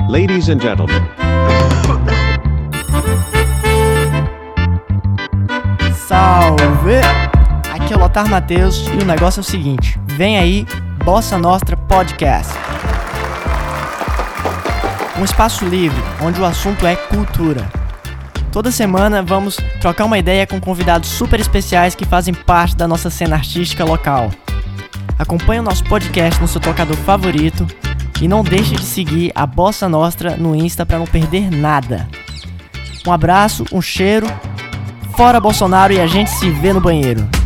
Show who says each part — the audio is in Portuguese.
Speaker 1: Ladies and gentlemen.
Speaker 2: Salve! Aqui é o Lothar Matheus e o negócio é o seguinte: vem aí, Bossa Nostra Podcast. Um espaço livre, onde o assunto é cultura. Toda semana vamos trocar uma ideia com convidados super especiais que fazem parte da nossa cena artística local. Acompanhe o nosso podcast no seu tocador favorito e não deixe de seguir a Bossa Nostra no Insta para não perder nada. Um abraço, um cheiro, fora Bolsonaro e a gente se vê no banheiro.